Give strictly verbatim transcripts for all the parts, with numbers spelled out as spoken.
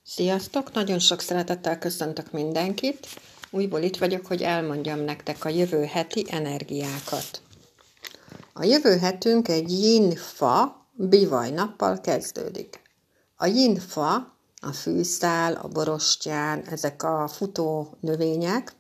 Sziasztok! Nagyon sok szeretettel köszöntök mindenkit. Újból itt vagyok, hogy elmondjam nektek a jövő heti energiákat. A jövő hetünk egy yin-fa bivaj nappal kezdődik. A yin-fa, a fűszál, a borostyán, ezek a futó növények,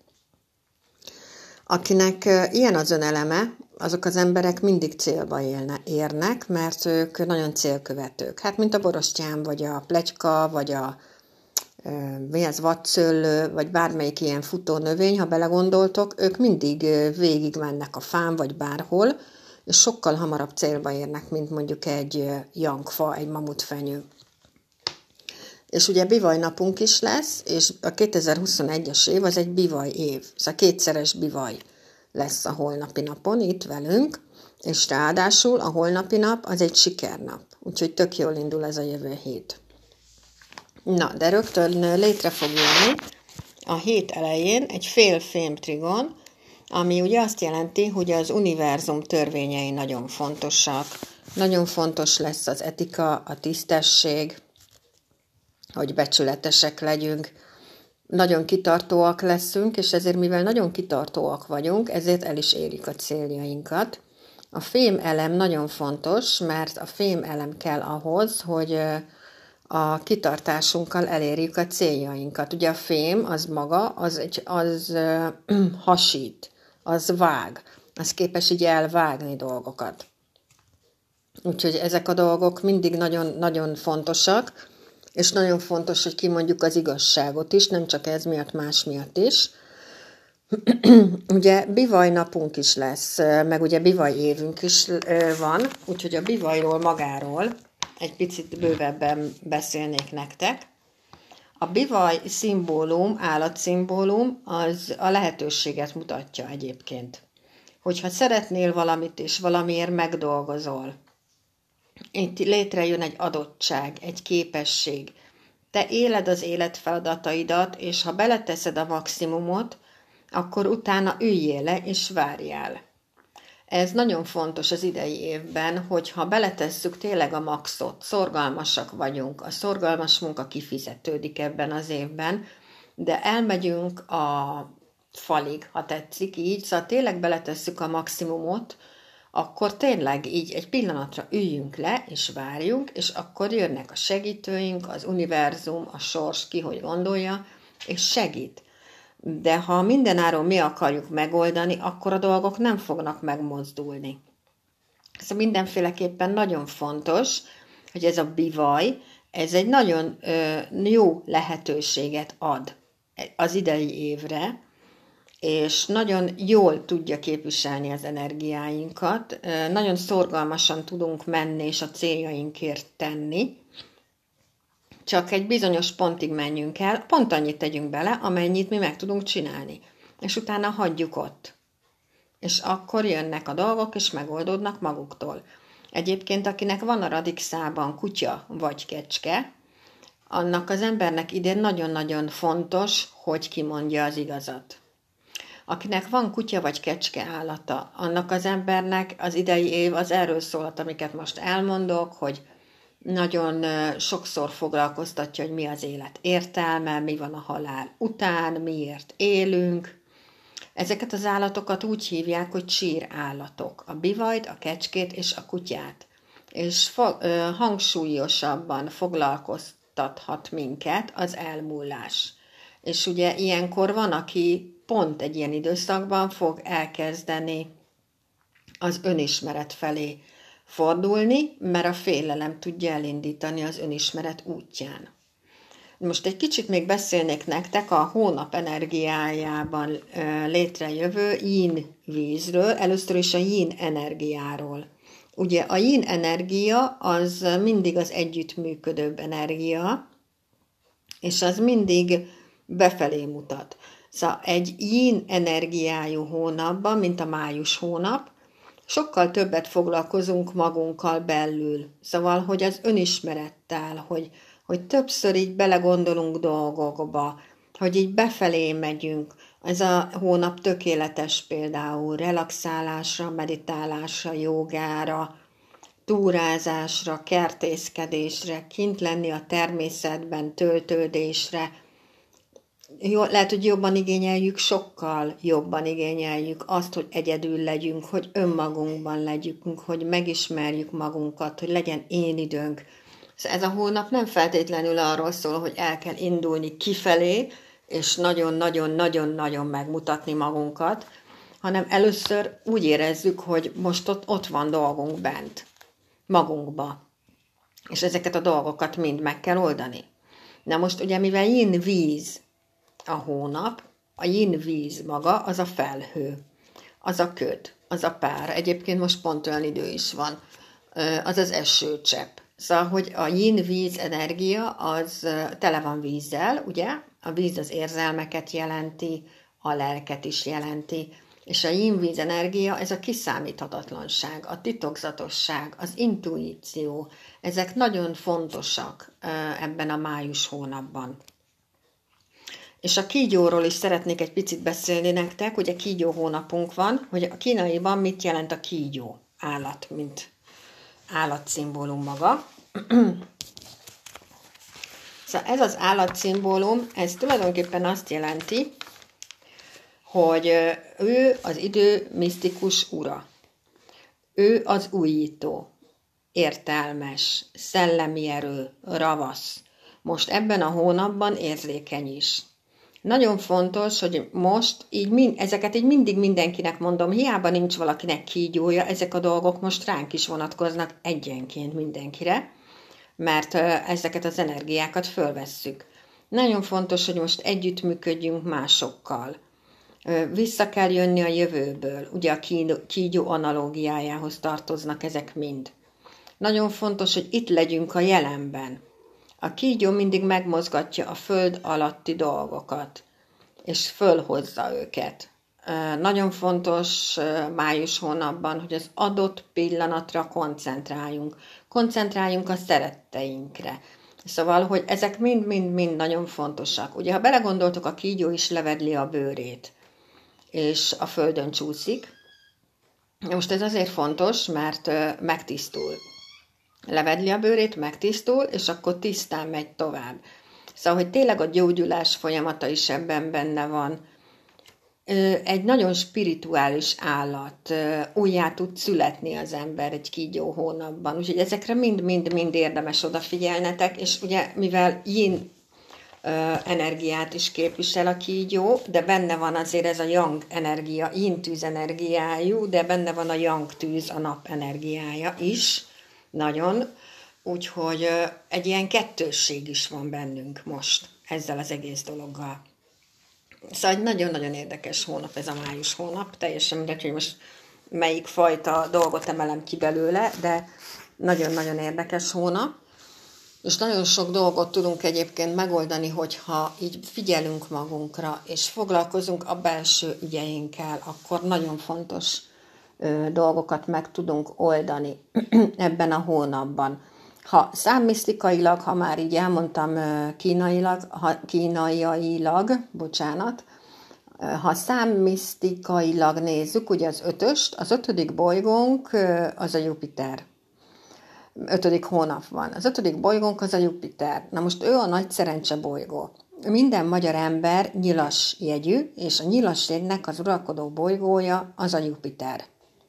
akinek ilyen az öneleme, azok az emberek mindig célba élne, érnek, mert ők nagyon célkövetők. Hát mint a borostyán, vagy a pletyka, vagy a mi ez, vadszőlő, vagy bármelyik ilyen futó növény, ha belegondoltok, ők mindig végig mennek a fán, vagy bárhol, és sokkal hamarabb célba érnek, mint mondjuk egy jankfa, egy mamutfenyő. És ugye bivaj napunk is lesz, és a kétezer-huszonegyes év az egy bivaj év, szóval kétszeres bivaj lesz a holnapi napon itt velünk, és ráadásul a holnapi nap az egy sikernap, úgyhogy tök jól indul ez a jövő hét. Na, de rögtön létre fog jönni a hét elején egy fél fémtrigon, ami ugye azt jelenti, hogy az univerzum törvényei nagyon fontosak. Nagyon fontos lesz az etika, a tisztesség, hogy becsületesek legyünk. Nagyon kitartóak leszünk, és ezért mivel nagyon kitartóak vagyunk, ezért el is érjük a céljainkat. A fém elem nagyon fontos, mert a fém elem kell ahhoz, hogy a kitartásunkkal elérjük a céljainkat. Ugye a fém az maga, az, egy, az uh, hasít, az vág, az képes így elvágni dolgokat. Úgyhogy ezek a dolgok mindig nagyon, nagyon fontosak, és nagyon fontos, hogy kimondjuk az igazságot is, nem csak ez miatt, más miatt is. Ugye bivaj napunk is lesz, meg ugye bivaj évünk is van, úgyhogy a bivajról magáról egy picit bővebben beszélnék nektek. A bivaj szimbólum, állatszimbólum, az a lehetőséget mutatja egyébként. Hogyha szeretnél valamit és valamiért megdolgozol, itt létrejön egy adottság, egy képesség. Te éled az életfeladataidat, és ha beleteszed a maximumot, akkor utána üljél le és várjál. Ez nagyon fontos az idei évben, hogyha beletesszük tényleg a maxot, szorgalmasak vagyunk, a szorgalmas munka kifizetődik ebben az évben, de elmegyünk a falig, ha tetszik így, szóval tényleg beletesszük a maximumot, akkor tényleg így egy pillanatra üljünk le, és várjunk, és akkor jönnek a segítőink, az univerzum, a sors, ki hogy gondolja, és segít. De ha mindenáron mi akarjuk megoldani, akkor a dolgok nem fognak megmozdulni. Szóval mindenféleképpen nagyon fontos, hogy ez a bivaj, ez egy nagyon ö, jó lehetőséget ad az idei évre, és nagyon jól tudja képviselni az energiáinkat, ö, nagyon szorgalmasan tudunk menni és a céljainkért tenni, csak egy bizonyos pontig menjünk el, pont annyit tegyünk bele, amennyit mi meg tudunk csinálni. És utána hagyjuk ott. És akkor jönnek a dolgok, és megoldódnak maguktól. Egyébként, akinek van a Radixában kutya vagy kecske, annak az embernek idén nagyon-nagyon fontos, hogy kimondja az igazat. Akinek van kutya vagy kecske állata, annak az embernek az idei év az erről szólhat, amiket most elmondok, hogy nagyon sokszor foglalkoztatja, hogy mi az élet értelme, mi van a halál után, miért élünk. Ezeket az állatokat úgy hívják, hogy sírállatok. A bivajt, a kecskét és a kutyát. És fo- hangsúlyosabban foglalkoztathat minket az elmúlás. És ugye ilyenkor van, aki pont egy ilyen időszakban fog elkezdeni az önismeret felé fordulni, mert a félelem tudja elindítani az önismeret útján. Most egy kicsit még beszélnék nektek a hónap energiájában létrejövő yin vízről, először is a yin energiáról. Ugye a yin energia az mindig az együttműködőbb energia, és az mindig befelé mutat. Szóval egy yin energiájú hónapban, mint a május hónap, sokkal többet foglalkozunk magunkkal belül. Szóval, hogy az önismerettel, hogy, hogy többször így belegondolunk dolgokba, hogy így befelé megyünk. Ez a hónap tökéletes például relaxálásra, meditálásra, jogára, túrázásra, kertészkedésre, kint lenni a természetben, töltődésre. Jó, lehet, hogy jobban igényeljük, sokkal jobban igényeljük azt, hogy egyedül legyünk, hogy önmagunkban legyünk, hogy megismerjük magunkat, hogy legyen én időnk. Ez a hónap nem feltétlenül arról szól, hogy el kell indulni kifelé, és nagyon-nagyon-nagyon-nagyon megmutatni magunkat, hanem először úgy érezzük, hogy most ott, ott van dolgunk bent, magunkba. És ezeket a dolgokat mind meg kell oldani. Na most ugye, mivel yin víz a hónap, a yin víz maga, az a felhő, az a köd, az a pár. Egyébként most pont olyan idő is van, az az esőcsepp. Szóval, hogy a yin víz energia az tele van vízzel, ugye? A víz az érzelmeket jelenti, a lelket is jelenti, és a yin víz energia, ez a kiszámíthatatlanság, a titokzatosság, az intuíció, ezek nagyon fontosak ebben a május hónapban. És a kígyóról is szeretnék egy picit beszélni nektek, ugye kígyó hónapunk van, hogy a kínaiban mit jelent a kígyó állat, mint állatszimbólum maga. Szóval ez az állatszimbólum, ez tulajdonképpen azt jelenti, hogy ő az idő misztikus ura. Ő az újító, értelmes, szellemi erő, ravasz. Most ebben a hónapban érzékeny is. Nagyon fontos, hogy most így mind, ezeket így mindig mindenkinek mondom, hiába nincs valakinek kígyója, ezek a dolgok most ránk is vonatkoznak egyenként mindenkire, mert ezeket az energiákat fölvesszük. Nagyon fontos, hogy most együttműködjünk másokkal. Vissza kell jönni a jövőből, ugye a kígyó analógiájához tartoznak ezek mind. Nagyon fontos, hogy itt legyünk a jelenben. A kígyó mindig megmozgatja a föld alatti dolgokat, és fölhozza őket. Nagyon fontos május hónapban, hogy az adott pillanatra koncentráljunk. Koncentráljunk a szeretteinkre. Szóval, hogy ezek mind-mind-mind nagyon fontosak. Ugye, ha belegondoltok, a kígyó is levedli a bőrét, és a földön csúszik. Most ez azért fontos, mert megtisztul. Levedli a bőrét, megtisztul, és akkor tisztán megy tovább. Szóval, hogy tényleg a gyógyulás folyamata is ebben benne van. Egy nagyon spirituális állat, újjá tud születni az ember egy kígyó hónapban. Úgyhogy ezekre mind-mind-mind érdemes odafigyelnetek, és ugye mivel yin energiát is képvisel a kígyó, de benne van azért ez a yang energia, yin tűz energiájú, de benne van a yang tűz, a nap energiája is, nagyon. Úgyhogy egy ilyen kettősség is van bennünk most ezzel az egész dologgal. Szóval egy nagyon-nagyon érdekes hónap ez a május hónap, teljesen mindegy, hogy most melyik fajta dolgot emelem ki belőle, de nagyon-nagyon érdekes hónap. És nagyon sok dolgot tudunk egyébként megoldani, hogyha így figyelünk magunkra, és foglalkozunk a belső ügyeinkkel, akkor nagyon fontos ö, dolgokat meg tudunk oldani ebben a hónapban. Ha számmisztikailag, ha már így elmondtam kínailag, ha kínaiailag, bocsánat, ha számmisztikailag nézzük, ugye az ötöst, az ötödik bolygónk az a Jupiter. Ötödik hónap van. Az ötödik bolygónk az a Jupiter. Na most ő a nagy szerencse bolygó. Minden magyar ember nyilas jegyű, és a nyilas jegynek az uralkodó bolygója az a Jupiter.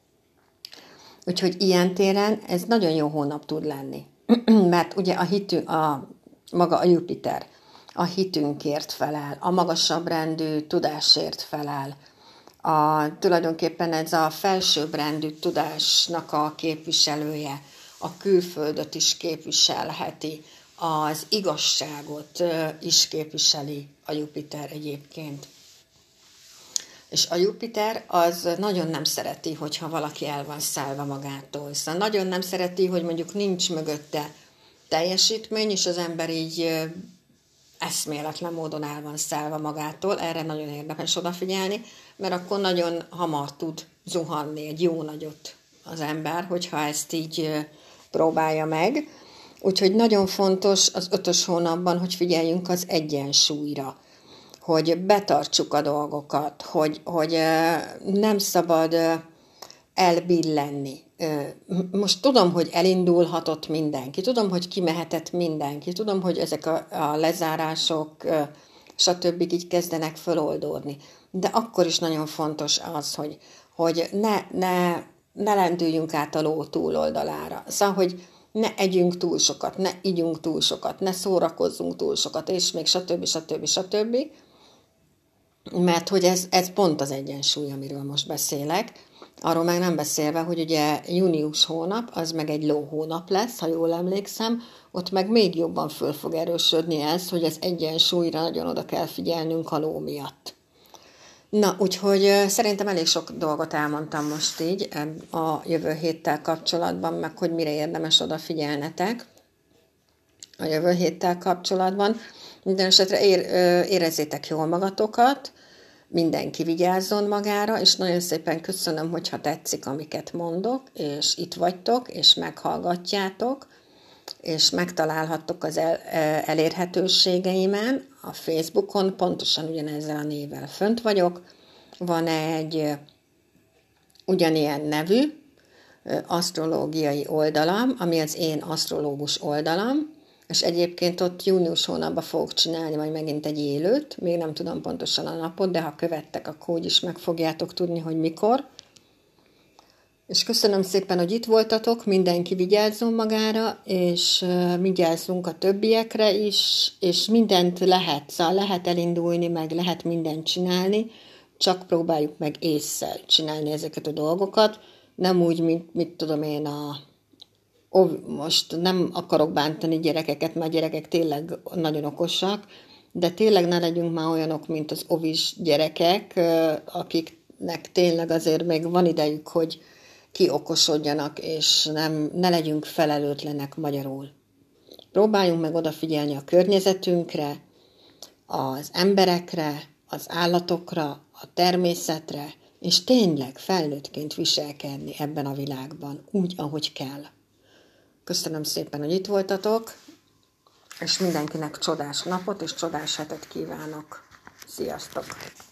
Úgyhogy ilyen téren ez nagyon jó hónap tud lenni. Mert ugye a hitünk, a, maga a Jupiter a hitünkért felel, a magasabb rendű tudásért felel. A, tulajdonképpen ez a felsőbbrendű tudásnak a képviselője, a külföldöt is képviselheti, az igazságot is képviseli a Jupiter egyébként. És a Jupiter az nagyon nem szereti, hogyha valaki el van szállva magától. Szóval nagyon nem szereti, hogy mondjuk nincs mögötte teljesítmény, és az ember így eszméletlen módon el van szállva magától. Erre nagyon érdemes odafigyelni, mert akkor nagyon hamar tud zuhanni egy jó nagyot az ember, hogyha ezt így próbálja meg. Úgyhogy nagyon fontos az ötös hónapban, hogy figyeljünk az egyensúlyra, hogy betartsuk a dolgokat, hogy, hogy nem szabad elbillenni. most tudom, hogy elindulhatott mindenki, tudom, hogy kimehetett mindenki, tudom, hogy ezek a, a lezárások, stb. Így kezdenek föloldódni. De akkor is nagyon fontos az, hogy, hogy ne, ne, ne lendüljünk át a ló túloldalára. Szóval, hogy ne együnk túl sokat, ne igyunk túl sokat, ne szórakozzunk túl sokat, és még stb. stb. stb. Mert hogy ez, ez pont az egyensúly, amiről most beszélek. Arról meg nem beszélve, hogy ugye június hónap, az meg egy ló hónap lesz, ha jól emlékszem, ott meg még jobban föl fog erősödni ez, hogy az egyensúlyra nagyon oda kell figyelnünk a ló miatt. Na, úgyhogy szerintem elég sok dolgot elmondtam most így a jövő héttel kapcsolatban, meg hogy mire érdemes odafigyelnetek a jövő héttel kapcsolatban. Minden esetre ér, érezzétek jól magatokat, mindenki vigyázzon magára, és nagyon szépen köszönöm, hogyha tetszik, amiket mondok, és itt vagytok, és meghallgatjátok, és megtalálhattok az el, elérhetőségeimen, a Facebookon, pontosan ugyanezzel a névvel fönt vagyok. Van egy ugyanilyen nevű asztrológiai oldalam, ami az én asztrológus oldalam, és egyébként ott június hónapban fogok csinálni majd megint egy élőt, még nem tudom pontosan a napot, de ha követtek, akkor úgyis meg fogjátok tudni, hogy mikor. És köszönöm szépen, hogy itt voltatok, mindenki vigyázzon magára, és vigyázzunk a többiekre is, és mindent lehet, szóval lehet elindulni, meg lehet mindent csinálni, csak próbáljuk meg ésszel csinálni ezeket a dolgokat, nem úgy, mint mit tudom én a... Most nem akarok bántani gyerekeket, mert gyerekek tényleg nagyon okosak, de tényleg ne legyünk már olyanok, mint az ovis gyerekek, akiknek tényleg azért még van idejük, hogy kiokosodjanak, és nem, ne legyünk felelőtlenek magyarul. Próbáljunk meg odafigyelni a környezetünkre, az emberekre, az állatokra, a természetre, és tényleg felnőttként viselkedni ebben a világban, úgy, ahogy kell. Köszönöm szépen, hogy itt voltatok, és mindenkinek csodás napot és csodás hetet kívánok. Sziasztok!